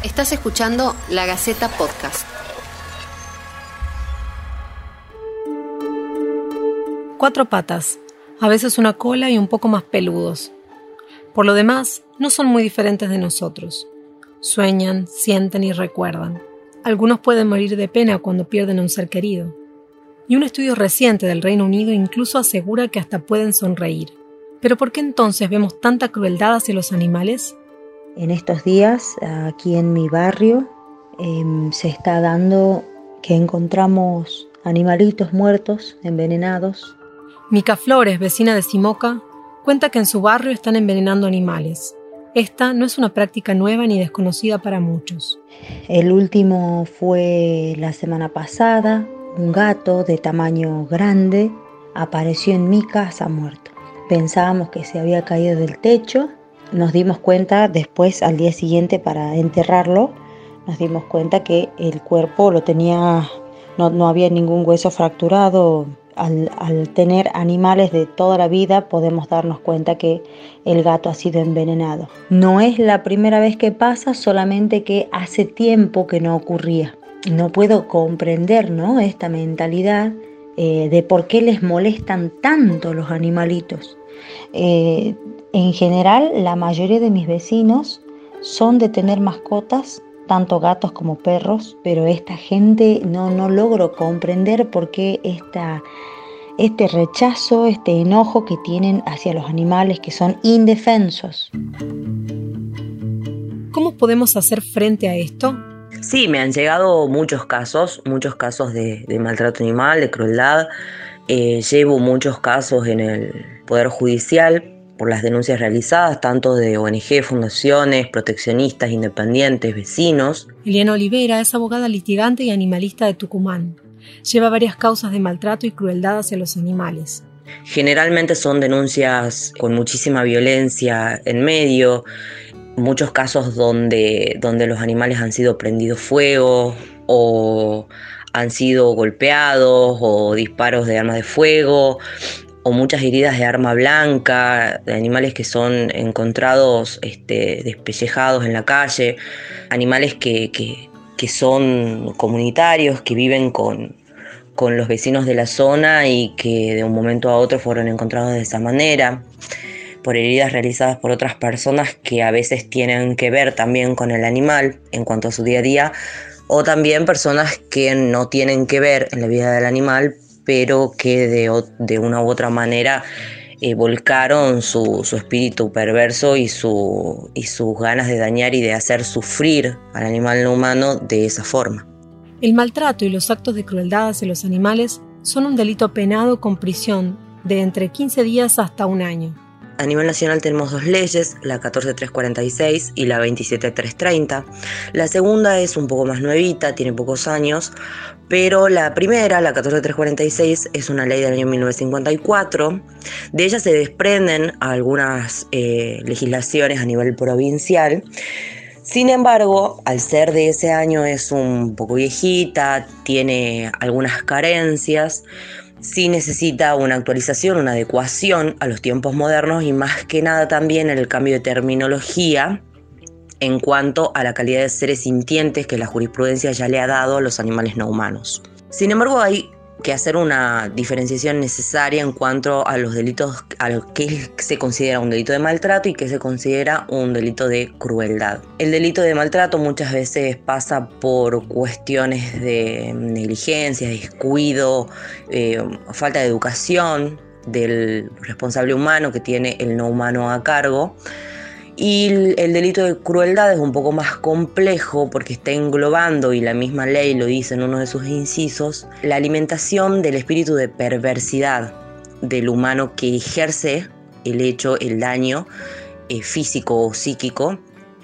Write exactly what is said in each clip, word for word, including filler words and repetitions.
Estás escuchando La Gaceta Podcast. Cuatro patas, a veces una cola y un poco más peludos. Por lo demás, no son muy diferentes de nosotros. Sueñan, sienten y recuerdan. Algunos pueden morir de pena cuando pierden a un ser querido. Y un estudio reciente del Reino Unido incluso asegura que hasta pueden sonreír. ¿Pero por qué entonces vemos tanta crueldad hacia los animales? En estos días, aquí en mi barrio, eh, se está dando que encontramos animalitos muertos, envenenados. Mica Flores, vecina de Simoca, cuenta que en su barrio están envenenando animales. Esta no es una práctica nueva ni desconocida para muchos. El último fue la semana pasada. Un gato de tamaño grande apareció en mi casa muerto. Pensábamos que se había caído del techo. Nos dimos cuenta después, al día siguiente, para enterrarlo, nos dimos cuenta que el cuerpo lo tenía, no, no había ningún hueso fracturado. Al, al tener animales de toda la vida, podemos darnos cuenta que el gato ha sido envenenado. No es la primera vez que pasa, solamente que hace tiempo que no ocurría. No puedo comprender, ¿no?, esta mentalidad eh, de por qué les molestan tanto los animalitos. Eh, en general, la mayoría de mis vecinos son de tener mascotas, tanto gatos como perros, pero esta gente no, no logro comprender por qué esta, este rechazo, este enojo que tienen hacia los animales que son indefensos. ¿Cómo podemos hacer frente a esto? Sí, me han llegado muchos casos, muchos casos de, de maltrato animal, de crueldad. Eh, llevo muchos casos en el Poder Judicial por las denuncias realizadas, tanto de O N G, fundaciones, proteccionistas, independientes, vecinos. Eliana Olivera es abogada litigante y animalista de Tucumán. Lleva varias causas de maltrato y crueldad hacia los animales. Generalmente son denuncias con muchísima violencia en medio, muchos casos donde, donde los animales han sido prendidos fuego o han sido golpeados o disparos de armas de fuego o muchas heridas de arma blanca, de animales que son encontrados este, despellejados en la calle, animales que, que, que son comunitarios, que viven con, con los vecinos de la zona y que de un momento a otro fueron encontrados de esa manera, por heridas realizadas por otras personas que a veces tienen que ver también con el animal en cuanto a su día a día, o también personas que no tienen que ver en la vida del animal, pero que de, de una u otra manera eh, volcaron su, su espíritu perverso y, su, y sus ganas de dañar y de hacer sufrir al animal no humano de esa forma. El maltrato y los actos de crueldad hacia los animales son un delito penado con prisión de entre quince días hasta un año. A nivel nacional tenemos dos leyes, la catorce mil trescientos cuarenta y seis y la veintisiete mil trescientos treinta. La segunda es un poco más nuevita, tiene pocos años, pero la primera, la catorce mil trescientos cuarenta y seis, es una ley del año mil novecientos cincuenta y cuatro. De ella se desprenden algunas eh, legislaciones a nivel provincial. Sin embargo, al ser de ese año es un poco viejita, tiene algunas carencias. Sí necesita una actualización, una adecuación a los tiempos modernos y más que nada también el cambio de terminología en cuanto a la calidad de seres sintientes que la jurisprudencia ya le ha dado a los animales no humanos. Sin embargo, hay que hacer una diferenciación necesaria en cuanto a los delitos, a lo que se considera un delito de maltrato y que se considera un delito de crueldad. El delito de maltrato muchas veces pasa por cuestiones de negligencia, descuido, eh, falta de educación del responsable humano que tiene el no humano a cargo. Y el delito de crueldad es un poco más complejo porque está englobando, y la misma ley lo dice en uno de sus incisos, la alimentación del espíritu de perversidad del humano que ejerce el hecho, el daño eh, físico o psíquico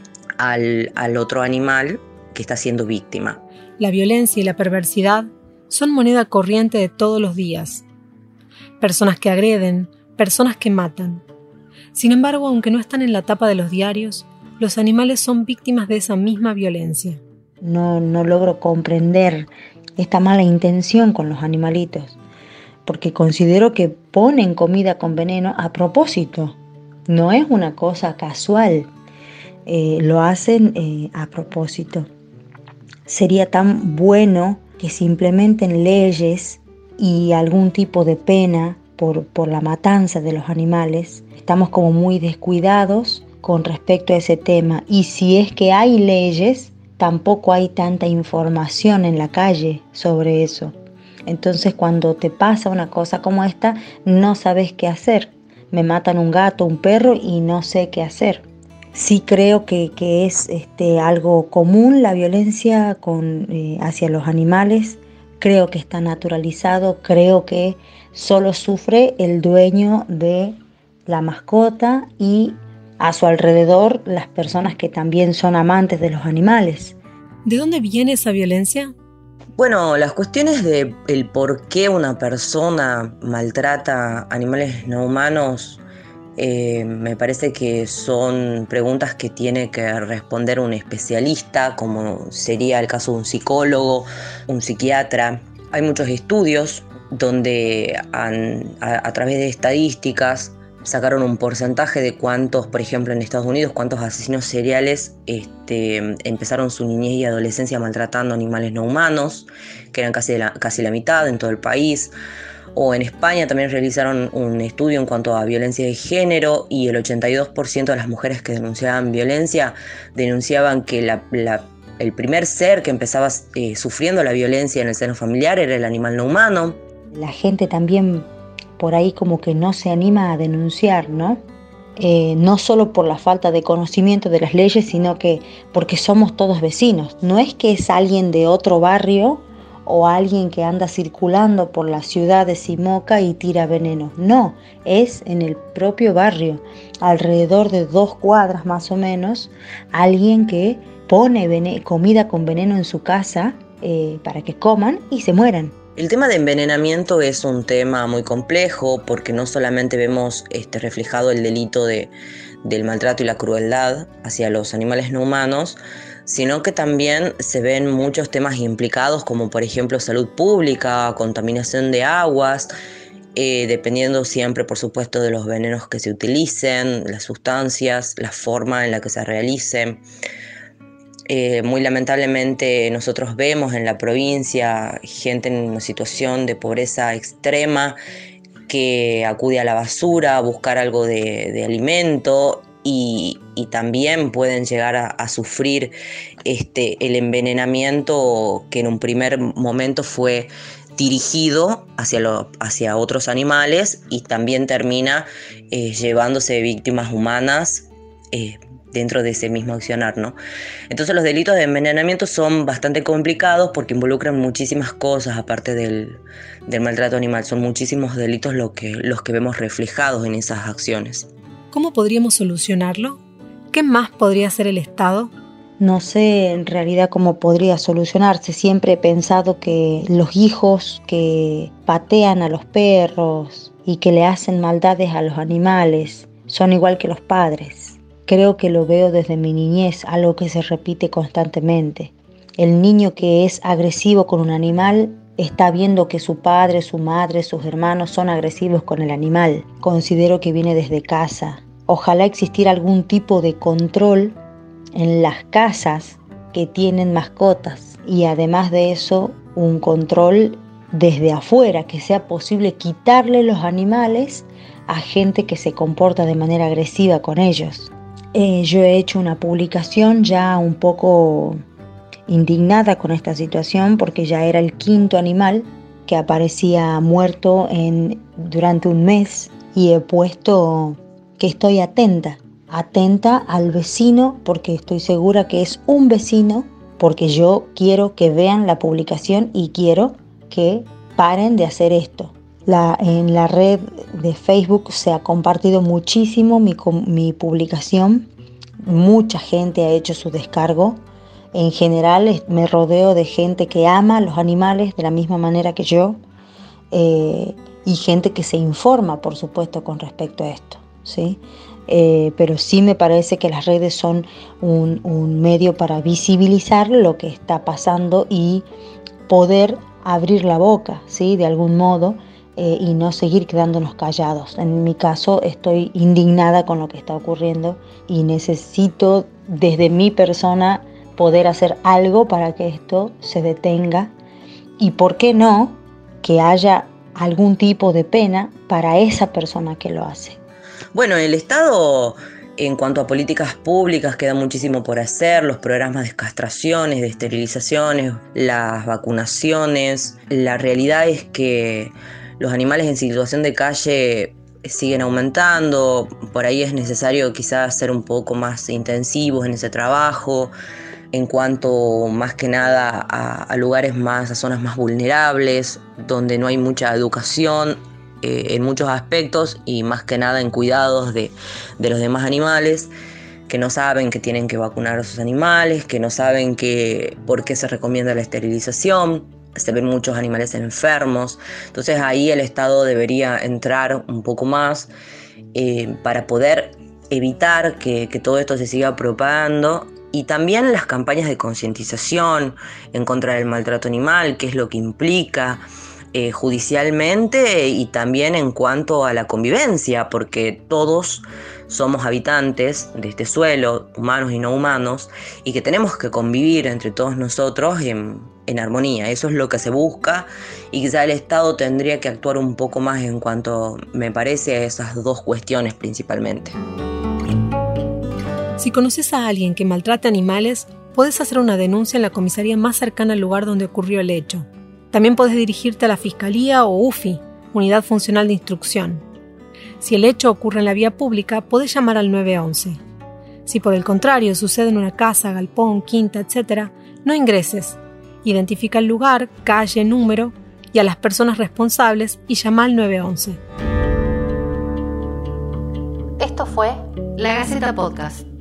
al, al otro animal que está siendo víctima. La violencia y la perversidad son moneda corriente de todos los días. Personas que agreden, personas que matan. Sin embargo, aunque no están en la tapa de los diarios, los animales son víctimas de esa misma violencia. No, no logro comprender esta mala intención con los animalitos, porque considero que ponen comida con veneno a propósito. No es una cosa casual. eh, lo hacen eh, a propósito. Sería tan bueno que se implementen leyes y algún tipo de pena por, por la matanza de los animales. Estamos como muy descuidados con respecto a ese tema, y si es que hay leyes, tampoco hay tanta información en la calle sobre eso. Entonces cuando te pasa una cosa como esta, no sabes qué hacer. Me matan un gato, un perro y no sé qué hacer. Sí creo que, que es este, algo común la violencia con, eh, hacia los animales. Creo que está naturalizado, creo que solo sufre el dueño de la mascota y a su alrededor las personas que también son amantes de los animales. ¿De dónde viene esa violencia? Bueno, las cuestiones de el por qué una persona maltrata animales no humanos eh, me parece que son preguntas que tiene que responder un especialista, como sería el caso de un psicólogo, un psiquiatra. Hay muchos estudios donde han, a, a través de estadísticas sacaron un porcentaje de cuántos, por ejemplo en Estados Unidos, cuántos asesinos seriales este, empezaron su niñez y adolescencia maltratando animales no humanos, que eran casi la, casi la mitad en todo el país. O en España también realizaron un estudio en cuanto a violencia de género, y el ochenta y dos por ciento de las mujeres que denunciaban violencia denunciaban que la, la, el primer ser que empezaba eh, sufriendo la violencia en el seno familiar era el animal no humano. La gente también por ahí como que no se anima a denunciar, ¿no? Eh, no solo por la falta de conocimiento de las leyes, sino que porque somos todos vecinos. No es que es alguien de otro barrio o alguien que anda circulando por la ciudad de Simoca y tira veneno. No, es en el propio barrio, alrededor de dos cuadras más o menos, alguien que pone veneno, comida con veneno en su casa eh, para que coman y se mueran. El tema de envenenamiento es un tema muy complejo porque no solamente vemos este, reflejado el delito de, del maltrato y la crueldad hacia los animales no humanos, sino que también se ven muchos temas implicados, como por ejemplo salud pública, contaminación de aguas, eh, dependiendo siempre, por supuesto, de los venenos que se utilicen, las sustancias, la forma en la que se realicen. Eh, muy lamentablemente nosotros vemos en la provincia gente en una situación de pobreza extrema que acude a la basura a buscar algo de, de alimento y, y también pueden llegar a, a sufrir este, el envenenamiento que en un primer momento fue dirigido hacia, lo, hacia otros animales y también termina eh, llevándose víctimas humanas eh, dentro de ese mismo accionar, ¿no? Entonces los delitos de envenenamiento son bastante complicados porque involucran muchísimas cosas aparte del, del maltrato animal. Son muchísimos delitos lo que, los que vemos reflejados en esas acciones. ¿Cómo podríamos solucionarlo? ¿Qué más podría hacer el Estado? No sé en realidad cómo podría solucionarse. Siempre he pensado que los hijos que patean a los perros y que le hacen maldades a los animales son igual que los padres. Creo que lo veo desde mi niñez, algo que se repite constantemente. El niño que es agresivo con un animal está viendo que su padre, su madre, sus hermanos son agresivos con el animal. Considero que viene desde casa. Ojalá existiera algún tipo de control en las casas que tienen mascotas y además de eso un control desde afuera, que sea posible quitarle los animales a gente que se comporta de manera agresiva con ellos. Eh, yo he hecho una publicación ya un poco indignada con esta situación porque ya era el quinto animal que aparecía muerto en, durante un mes y he puesto que estoy atenta, atenta al vecino porque estoy segura que es un vecino, porque yo quiero que vean la publicación y quiero que paren de hacer esto. La, en la red de Facebook se ha compartido muchísimo mi, mi publicación, mucha gente ha hecho su descargo. En general me rodeo de gente que ama a los animales de la misma manera que yo eh, y gente que se informa, por supuesto, con respecto a esto, ¿sí? Eh, pero sí me parece que las redes son un, un medio para visibilizar lo que está pasando y poder abrir la boca, ¿sí? De algún modo, eh, y no seguir quedándonos callados. En mi caso estoy indignada con lo que está ocurriendo y necesito desde mi persona poder hacer algo para que esto se detenga y, ¿por qué no?, que haya algún tipo de pena para esa persona que lo hace. Bueno, el Estado, en cuanto a políticas públicas, queda muchísimo por hacer. Los programas de castraciones, de esterilizaciones, las vacunaciones. La realidad es que los animales en situación de calle siguen aumentando. Por ahí es necesario quizás ser un poco más intensivos en ese trabajo, en cuanto más que nada a, a lugares más, a zonas más vulnerables, donde no hay mucha educación eh, en muchos aspectos y más que nada en cuidados de, de los demás animales, que no saben que tienen que vacunar a sus animales, que no saben que, por qué se recomienda la esterilización. Se ven muchos animales enfermos. Entonces ahí el Estado debería entrar un poco más eh, para poder evitar que, que todo esto se siga propagando. Y también las campañas de concientización en contra del maltrato animal, qué es lo que implica eh, judicialmente y también en cuanto a la convivencia, porque todos somos habitantes de este suelo, humanos y no humanos, y que tenemos que convivir entre todos nosotros en, en armonía. Eso es lo que se busca y quizá el Estado tendría que actuar un poco más en cuanto, me parece, a esas dos cuestiones principalmente. Si conoces a alguien que maltrata animales, puedes hacer una denuncia en la comisaría más cercana al lugar donde ocurrió el hecho. También puedes dirigirte a la Fiscalía o U F I, Unidad Funcional de Instrucción. Si el hecho ocurre en la vía pública, puedes llamar al nueve once. Si por el contrario sucede en una casa, galpón, quinta, etcétera, no ingreses. Identifica el lugar, calle, número y a las personas responsables y llama al nueve once. Esto fue La Gaceta Podcast.